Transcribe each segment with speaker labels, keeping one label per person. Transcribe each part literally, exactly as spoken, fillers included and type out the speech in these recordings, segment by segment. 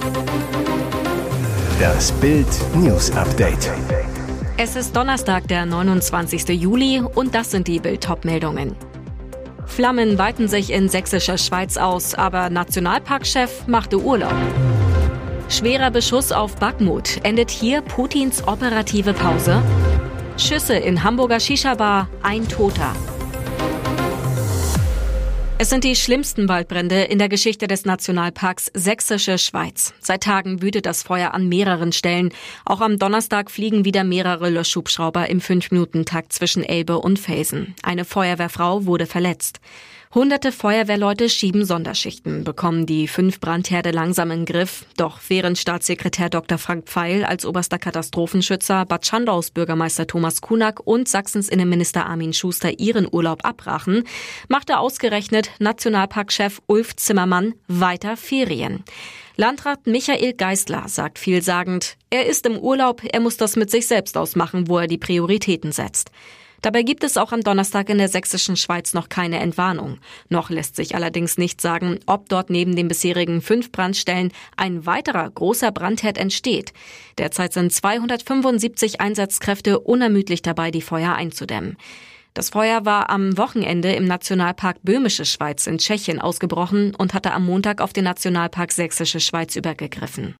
Speaker 1: Das Bild News Update.
Speaker 2: Es ist Donnerstag, der neunundzwanzigsten Juli, und das sind die Bild-Top-Meldungen. Flammen weiten sich in sächsischer Schweiz aus, aber Nationalparkchef machte Urlaub. Schwerer Beschuss auf Bakhmut. Endet hier Putins operative Pause? Schüsse in Hamburger Shisha-Bar, ein Toter. Es sind die schlimmsten Waldbrände in der Geschichte des Nationalparks Sächsische Schweiz. Seit Tagen wütet das Feuer an mehreren Stellen. Auch am Donnerstag fliegen wieder mehrere Löschhubschrauber im fünf Minuten Takt zwischen Elbe und Velsen. Eine Feuerwehrfrau wurde verletzt. Hunderte Feuerwehrleute schieben Sonderschichten, bekommen die fünf Brandherde langsam in den Griff. Doch während Staatssekretär Doktor Frank Pfeil als oberster Katastrophenschützer, Bad Schandaus Bürgermeister Thomas Kunak und Sachsens Innenminister Armin Schuster ihren Urlaub abbrachen, machte ausgerechnet Nationalparkchef Ulf Zimmermann weiter Ferien. Landrat Michael Geisler sagt vielsagend, er ist im Urlaub, er muss das mit sich selbst ausmachen, wo er die Prioritäten setzt. Dabei gibt es auch am Donnerstag in der sächsischen Schweiz noch keine Entwarnung. Noch lässt sich allerdings nicht sagen, ob dort neben den bisherigen fünf Brandstellen ein weiterer großer Brandherd entsteht. Derzeit sind zweihundertfünfundsiebzig Einsatzkräfte unermüdlich dabei, die Feuer einzudämmen. Das Feuer war am Wochenende im Nationalpark Böhmische Schweiz in Tschechien ausgebrochen und hatte am Montag auf den Nationalpark Sächsische Schweiz übergegriffen.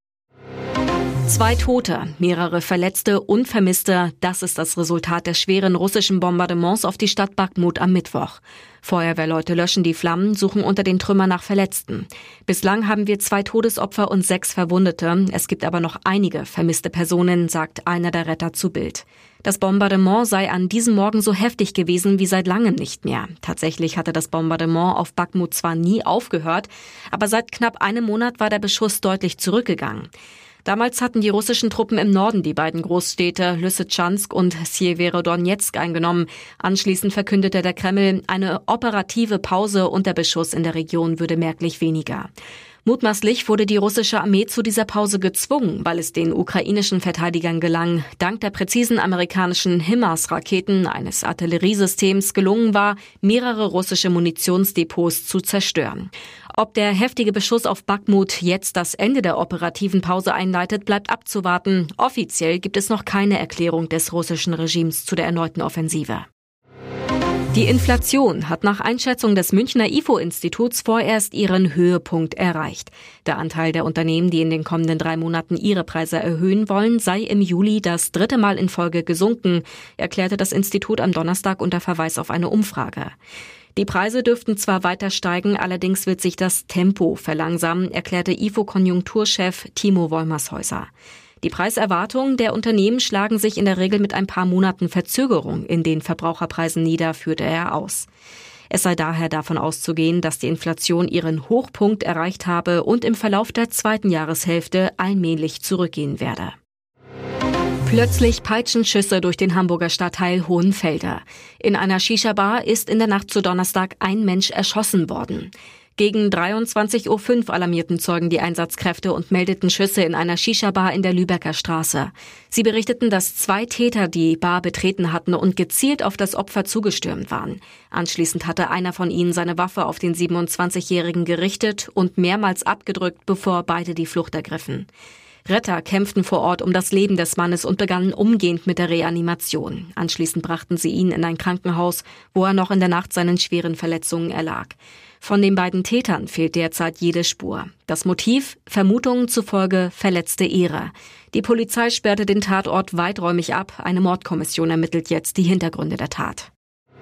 Speaker 2: Zwei Tote, mehrere Verletzte und Vermisste, das ist das Resultat des schweren russischen Bombardements auf die Stadt Bakhmut am Mittwoch. Feuerwehrleute löschen die Flammen, suchen unter den Trümmern nach Verletzten. Bislang haben wir zwei Todesopfer und sechs Verwundete. Es gibt aber noch einige vermisste Personen, sagt einer der Retter zu Bild. Das Bombardement sei an diesem Morgen so heftig gewesen wie seit langem nicht mehr. Tatsächlich hatte das Bombardement auf Bakhmut zwar nie aufgehört, aber seit knapp einem Monat war der Beschuss deutlich zurückgegangen. Damals hatten die russischen Truppen im Norden die beiden Großstädte Lysychansk und Sjewerodonezk eingenommen. Anschließend verkündete der Kreml eine operative Pause und der Beschuss in der Region würde merklich weniger. Mutmaßlich wurde die russische Armee zu dieser Pause gezwungen, weil es den ukrainischen Verteidigern gelang, dank der präzisen amerikanischen HIMARS-Raketen eines Artilleriesystems gelungen war, mehrere russische Munitionsdepots zu zerstören. Ob der heftige Beschuss auf Bakhmut jetzt das Ende der operativen Pause einleitet, bleibt abzuwarten. Offiziell gibt es noch keine Erklärung des russischen Regimes zu der erneuten Offensive. Die Inflation hat nach Einschätzung des Münchner I F O-Instituts vorerst ihren Höhepunkt erreicht. Der Anteil der Unternehmen, die in den kommenden drei Monaten ihre Preise erhöhen wollen, sei im Juli das dritte Mal in Folge gesunken, erklärte das Institut am Donnerstag unter Verweis auf eine Umfrage. Die Preise dürften zwar weiter steigen, allerdings wird sich das Tempo verlangsamen, erklärte I F O-Konjunkturchef Timo Wollmershäuser. Die Preiserwartungen der Unternehmen schlagen sich in der Regel mit ein paar Monaten Verzögerung in den Verbraucherpreisen nieder, führte er aus. Es sei daher davon auszugehen, dass die Inflation ihren Hochpunkt erreicht habe und im Verlauf der zweiten Jahreshälfte allmählich zurückgehen werde. Plötzlich Peitschenschüsse durch den Hamburger Stadtteil Hohenfelder. In einer Shisha-Bar ist in der Nacht zu Donnerstag ein Mensch erschossen worden. Gegen dreiundzwanzig Uhr fünf alarmierten Zeugen die Einsatzkräfte und meldeten Schüsse in einer Shisha-Bar in der Lübecker Straße. Sie berichteten, dass zwei Täter die Bar betreten hatten und gezielt auf das Opfer zugestürmt waren. Anschließend hatte einer von ihnen seine Waffe auf den siebenundzwanzigjährigen gerichtet und mehrmals abgedrückt, bevor beide die Flucht ergriffen. Retter kämpften vor Ort um das Leben des Mannes und begannen umgehend mit der Reanimation. Anschließend brachten sie ihn in ein Krankenhaus, wo er noch in der Nacht seinen schweren Verletzungen erlag. Von den beiden Tätern fehlt derzeit jede Spur. Das Motiv? Vermutungen zufolge verletzte Ehre. Die Polizei sperrte den Tatort weiträumig ab. Eine Mordkommission ermittelt jetzt die Hintergründe der Tat.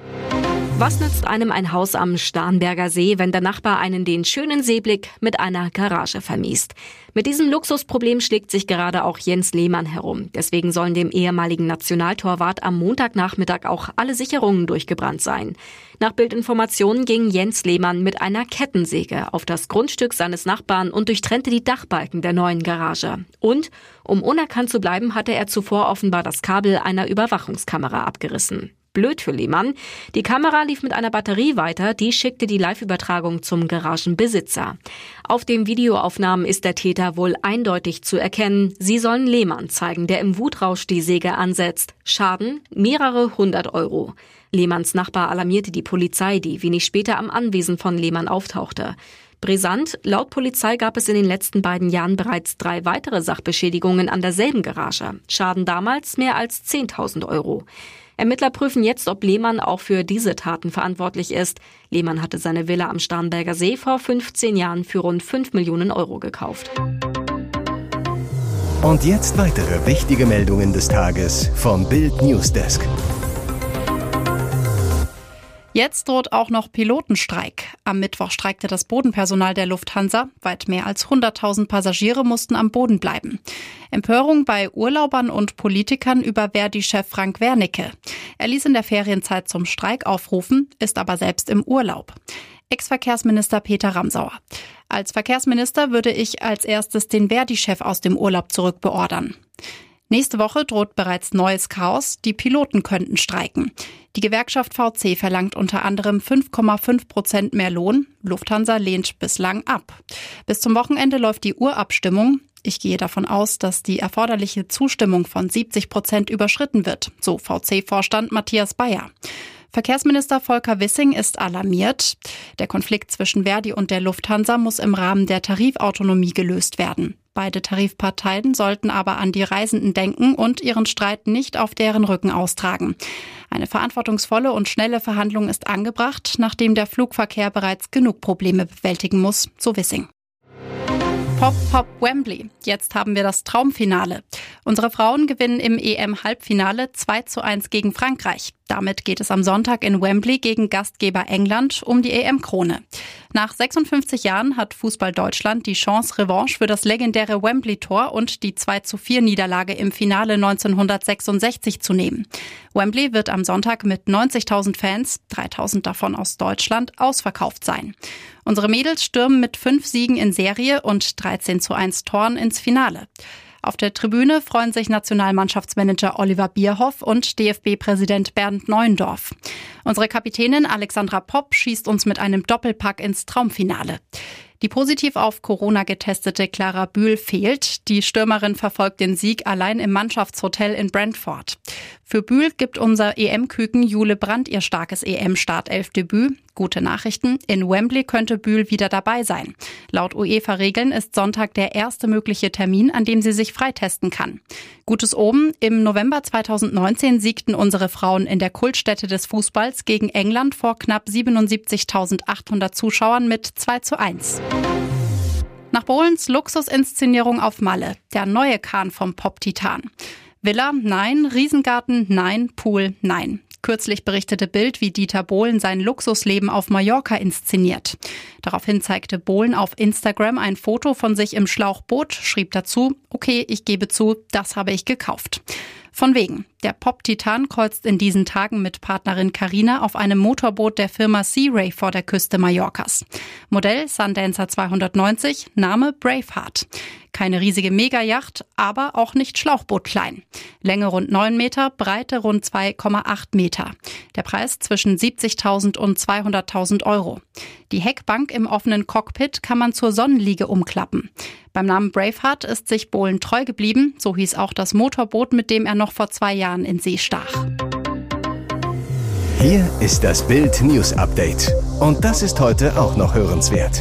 Speaker 2: Was nützt einem ein Haus am Starnberger See, wenn der Nachbar einen den schönen Seeblick mit einer Garage vermiest? Mit diesem Luxusproblem schlägt sich gerade auch Jens Lehmann herum. Deswegen sollen dem ehemaligen Nationaltorwart am Montagnachmittag auch alle Sicherungen durchgebrannt sein. Nach Bildinformationen ging Jens Lehmann mit einer Kettensäge auf das Grundstück seines Nachbarn und durchtrennte die Dachbalken der neuen Garage. Und, um unerkannt zu bleiben, hatte er zuvor offenbar das Kabel einer Überwachungskamera abgerissen. Blöd für Lehmann. Die Kamera lief mit einer Batterie weiter, die schickte die Live-Übertragung zum Garagenbesitzer. Auf den Videoaufnahmen ist der Täter wohl eindeutig zu erkennen. Sie sollen Lehmann zeigen, der im Wutrausch die Säge ansetzt. Schaden? Mehrere hundert Euro. Lehmanns Nachbar alarmierte die Polizei, die wenig später am Anwesen von Lehmann auftauchte. Brisant, laut Polizei gab es in den letzten beiden Jahren bereits drei weitere Sachbeschädigungen an derselben Garage. Schaden damals mehr als zehntausend Euro. Ermittler prüfen jetzt, ob Lehmann auch für diese Taten verantwortlich ist. Lehmann hatte seine Villa am Starnberger See vor fünfzehn Jahren für rund fünf Millionen Euro gekauft.
Speaker 1: Und jetzt weitere wichtige Meldungen des Tages vom Bild Newsdesk.
Speaker 3: Jetzt droht auch noch Pilotenstreik. Am Mittwoch streikte das Bodenpersonal der Lufthansa. Weit mehr als hunderttausend Passagiere mussten am Boden bleiben. Empörung bei Urlaubern und Politikern über Verdi-Chef Frank Wernicke. Er ließ in der Ferienzeit zum Streik aufrufen, ist aber selbst im Urlaub. Ex-Verkehrsminister Peter Ramsauer. Als Verkehrsminister würde ich als erstes den Verdi-Chef aus dem Urlaub zurückbeordern. Nächste Woche droht bereits neues Chaos. Die Piloten könnten streiken. Die Gewerkschaft V C verlangt unter anderem fünf Komma fünf Prozent mehr Lohn. Lufthansa lehnt bislang ab. Bis zum Wochenende läuft die Urabstimmung. Ich gehe davon aus, dass die erforderliche Zustimmung von siebzig Prozent überschritten wird, so V C-Vorstand Matthias Bayer. Verkehrsminister Volker Wissing ist alarmiert. Der Konflikt zwischen Verdi und der Lufthansa muss im Rahmen der Tarifautonomie gelöst werden. Beide Tarifparteien sollten aber an die Reisenden denken und ihren Streit nicht auf deren Rücken austragen. Eine verantwortungsvolle und schnelle Verhandlung ist angebracht, nachdem der Flugverkehr bereits genug Probleme bewältigen muss, so Wissing. Pop, Pop, Wembley. Jetzt haben wir das Traumfinale. Unsere Frauen gewinnen im E M-Halbfinale zwei zu eins gegen Frankreich. Damit geht es am Sonntag in Wembley gegen Gastgeber England um die E M-Krone. Nach sechsundfünfzig Jahren hat Fußball Deutschland die Chance, Revanche für das legendäre Wembley-Tor und die zwei zu vier Niederlage im Finale neunzehnhundertsechsundsechzig zu nehmen. Wembley wird am Sonntag mit neunzigtausend Fans, dreitausend davon aus Deutschland, ausverkauft sein. Unsere Mädels stürmen mit fünf Siegen in Serie und dreizehn zu eins Toren ins Finale. Auf der Tribüne freuen sich Nationalmannschaftsmanager Oliver Bierhoff und D F B-Präsident Bernd Neuendorf. Unsere Kapitänin Alexandra Popp schießt uns mit einem Doppelpack ins Traumfinale. Die positiv auf Corona getestete Clara Bühl fehlt. Die Stürmerin verfolgt den Sieg allein im Mannschaftshotel in Brentford. Für Bühl gibt unser E M-Küken Jule Brandt ihr starkes E M-Startelfdebüt. Gute Nachrichten, in Wembley könnte Bühl wieder dabei sein. Laut UEFA-Regeln ist Sonntag der erste mögliche Termin, an dem sie sich freitesten kann. Gutes oben, im November zweitausendneunzehn siegten unsere Frauen in der Kultstätte des Fußballs gegen England vor knapp siebenundsiebzigtausendachthundert Zuschauern mit zwei zu eins. Nach Bohlens Luxusinszenierung auf Malle, der neue Kahn vom Pop-Titan. Villa, nein. Riesengarten, nein. Pool, nein. Kürzlich berichtete Bild, wie Dieter Bohlen sein Luxusleben auf Mallorca inszeniert. Daraufhin zeigte Bohlen auf Instagram ein Foto von sich im Schlauchboot, schrieb dazu, okay, ich gebe zu, das habe ich gekauft. Von wegen. Der Pop-Titan kreuzt in diesen Tagen mit Partnerin Carina auf einem Motorboot der Firma Sea Ray vor der Küste Mallorcas. Modell Sundancer zweihundertneunzig, Name Braveheart. Keine riesige Megayacht, aber auch nicht Schlauchboot klein. Länge rund neun Meter, Breite rund zwei Komma acht Meter. Der Preis zwischen siebzigtausend und zweihunderttausend Euro. Die Heckbank im offenen Cockpit kann man zur Sonnenliege umklappen. Beim Namen Braveheart ist sich Bohlen treu geblieben, so hieß auch das Motorboot, mit dem er noch vor zwei Jahren in See stach.
Speaker 1: Hier ist das Bild News Update. Und das ist heute auch noch hörenswert.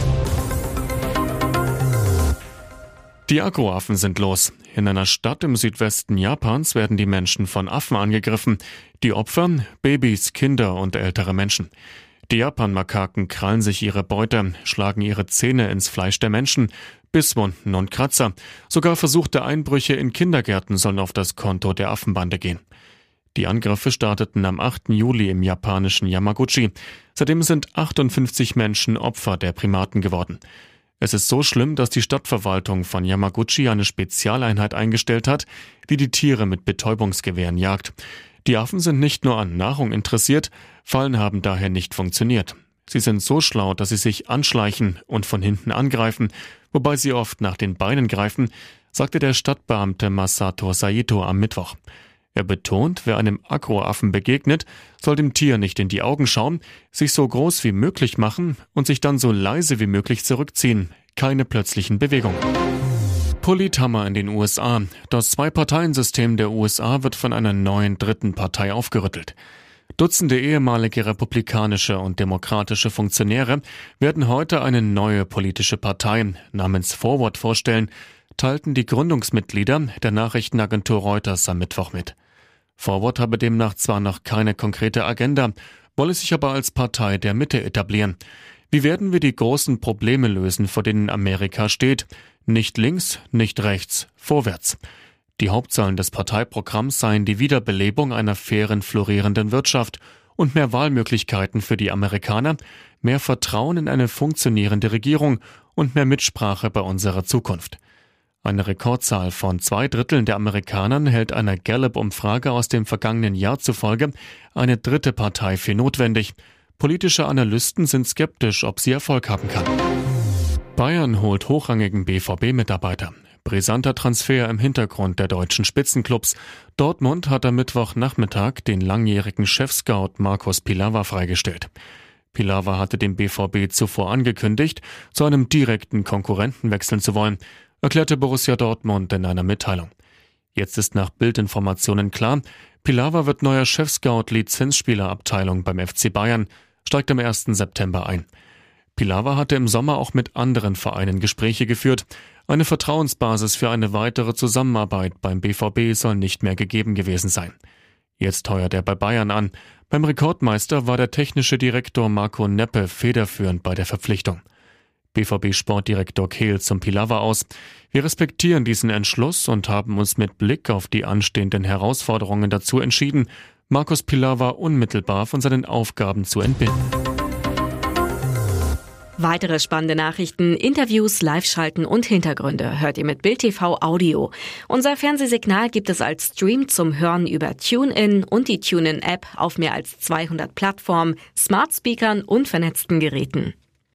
Speaker 4: Die Agroaffen sind los. In einer Stadt im Südwesten Japans werden die Menschen von Affen angegriffen. Die Opfer? Babys, Kinder und ältere Menschen. Die Japan-Makaken krallen sich ihre Beute, schlagen ihre Zähne ins Fleisch der Menschen. Bisswunden und Kratzer. Sogar versuchte Einbrüche in Kindergärten sollen auf das Konto der Affenbande gehen. Die Angriffe starteten am achten Juli im japanischen Yamaguchi. Seitdem sind achtundfünfzig Menschen Opfer der Primaten geworden. Es ist so schlimm, dass die Stadtverwaltung von Yamaguchi eine Spezialeinheit eingestellt hat, die die Tiere mit Betäubungsgewehren jagt. Die Affen sind nicht nur an Nahrung interessiert, Fallen haben daher nicht funktioniert. Sie sind so schlau, dass sie sich anschleichen und von hinten angreifen, wobei sie oft nach den Beinen greifen, sagte der Stadtbeamte Masato Saito am Mittwoch. Er betont, wer einem Agroaffen begegnet, soll dem Tier nicht in die Augen schauen, sich so groß wie möglich machen und sich dann so leise wie möglich zurückziehen. Keine plötzlichen Bewegungen. Polithammer in den U S A. Das Zwei-Parteien-System der U S A wird von einer neuen dritten Partei aufgerüttelt. Dutzende ehemalige republikanische und demokratische Funktionäre werden heute eine neue politische Partei namens Forward vorstellen, teilten die Gründungsmitglieder der Nachrichtenagentur Reuters am Mittwoch mit. Forward habe demnach zwar noch keine konkrete Agenda, wolle sich aber als Partei der Mitte etablieren. Wie werden wir die großen Probleme lösen, vor denen Amerika steht? Nicht links, nicht rechts, vorwärts. Die Hauptsäulen des Parteiprogramms seien die Wiederbelebung einer fairen, florierenden Wirtschaft und mehr Wahlmöglichkeiten für die Amerikaner, mehr Vertrauen in eine funktionierende Regierung und mehr Mitsprache bei unserer Zukunft. Eine Rekordzahl von zwei Dritteln der Amerikanern hält einer Gallup-Umfrage aus dem vergangenen Jahr zufolge eine dritte Partei für notwendig. Politische Analysten sind skeptisch, ob sie Erfolg haben kann. Bayern holt hochrangigen B V B-Mitarbeiter. Brisanter Transfer im Hintergrund der deutschen Spitzenclubs. Dortmund hat am Mittwochnachmittag den langjährigen Chefscout Marcos Pilawa freigestellt. Pilawa hatte dem B V B zuvor angekündigt, zu einem direkten Konkurrenten wechseln zu wollen, erklärte Borussia Dortmund in einer Mitteilung. Jetzt ist nach Bildinformationen klar, Pilawa wird neuer Chefscout-Lizenzspielerabteilung beim F C Bayern, steigt am ersten September ein. Pilawa hatte im Sommer auch mit anderen Vereinen Gespräche geführt. Eine Vertrauensbasis für eine weitere Zusammenarbeit beim B V B soll nicht mehr gegeben gewesen sein. Jetzt heuert er bei Bayern an. Beim Rekordmeister war der technische Direktor Marco Neppe federführend bei der Verpflichtung. B V B-Sportdirektor Kehl zum Pilawa aus. Wir respektieren diesen Entschluss und haben uns mit Blick auf die anstehenden Herausforderungen dazu entschieden, Marcos Pilawa unmittelbar von seinen Aufgaben zu entbinden.
Speaker 2: Weitere spannende Nachrichten, Interviews, Live-Schalten und Hintergründe hört ihr mit Bild T V Audio. Unser Fernsehsignal gibt es als Stream zum Hören über TuneIn und die TuneIn-App auf mehr als zweihundert Plattformen, Smart-Speakern und vernetzten Geräten.